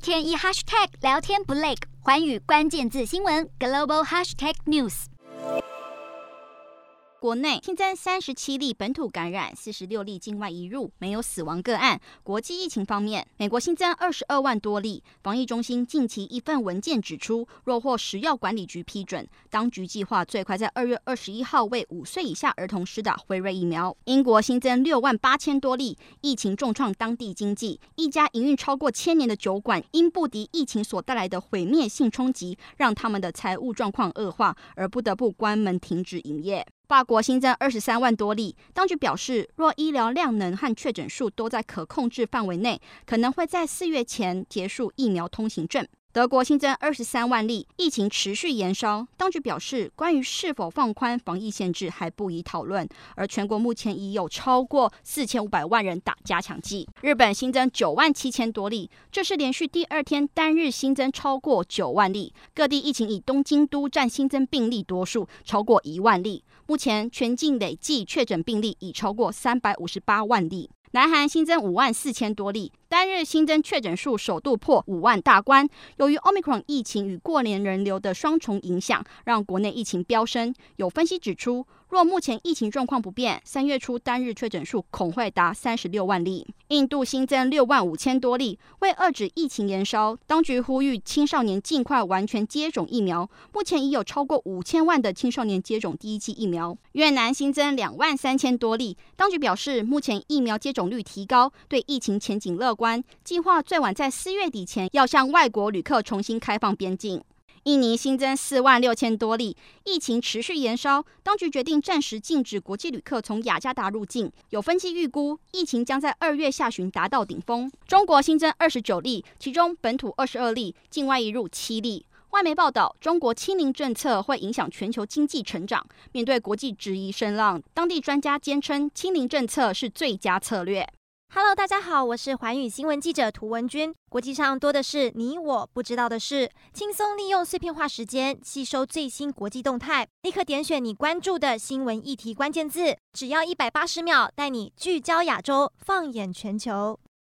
天一 hashtag 聊天不累，寰宇关键字新闻 global hashtag news。 国内新增37例本土感染，46例境外移入，没有死亡个案。国际疫情方面，美国新增22万多例。防疫中心近期一份文件指出，若获食药管理局批准，当局计划最快在2月21号为5岁以下儿童施打辉瑞疫苗。英国新增6万8千多例，疫情重创当地经济。一家营运超过1000年的酒馆，因不敌疫情所带来的毁灭性冲击，让他们的财务状况恶化，而不得不关门停止营业。法国新增23万多例，当局表示，若医疗量能和确诊数都在可控制范围内，可能会在4月前结束疫苗通行证。德国新增23万例，疫情持续延烧。当局表示，关于是否放宽防疫限制还不宜讨论。而全国目前已有超过4500万人打加强剂。日本新增9万7千多例，这是连续第2天单日新增超过9万例。各地疫情以东京都占新增病例多数，超过1万例。目前全境累计确诊病例已超过358万例。南韩新增5万4千多例，单日新增确诊数首度破5万大关。由于 Omicron 疫情与过年人流的双重影响，让国内疫情飙升。有分析指出，若目前疫情状况不变，3月初单日确诊数恐会达36万例。印度新增6万5千多例，为遏止疫情延烧，当局呼吁青少年尽快完全接种疫苗。目前已有超过5000万的青少年接种第1剂疫苗。越南新增2万3千多例，当局表示，目前疫苗接种率提高，对疫情前景乐观，计划最晚在4月底前要向外国旅客重新开放边境。印尼新增4万6千多例，疫情持续延烧，当局决定暂时禁止国际旅客从雅加达入境。有分析预估，疫情将在2月下旬达到顶峰。中国新增29例，其中本土22例，境外移入7例。外媒报道，中国清零政策会影响全球经济成长。面对国际质疑声浪，当地专家坚称清零政策是最佳策略。 Hello， 大家好，我是寰宇新闻记者涂文君。国际上多的是你我不知道的事，轻松利用碎片化时间吸收最新国际动态，立刻点选你关注的新闻议题关键字，只要180秒，带你聚焦亚洲，放眼全球。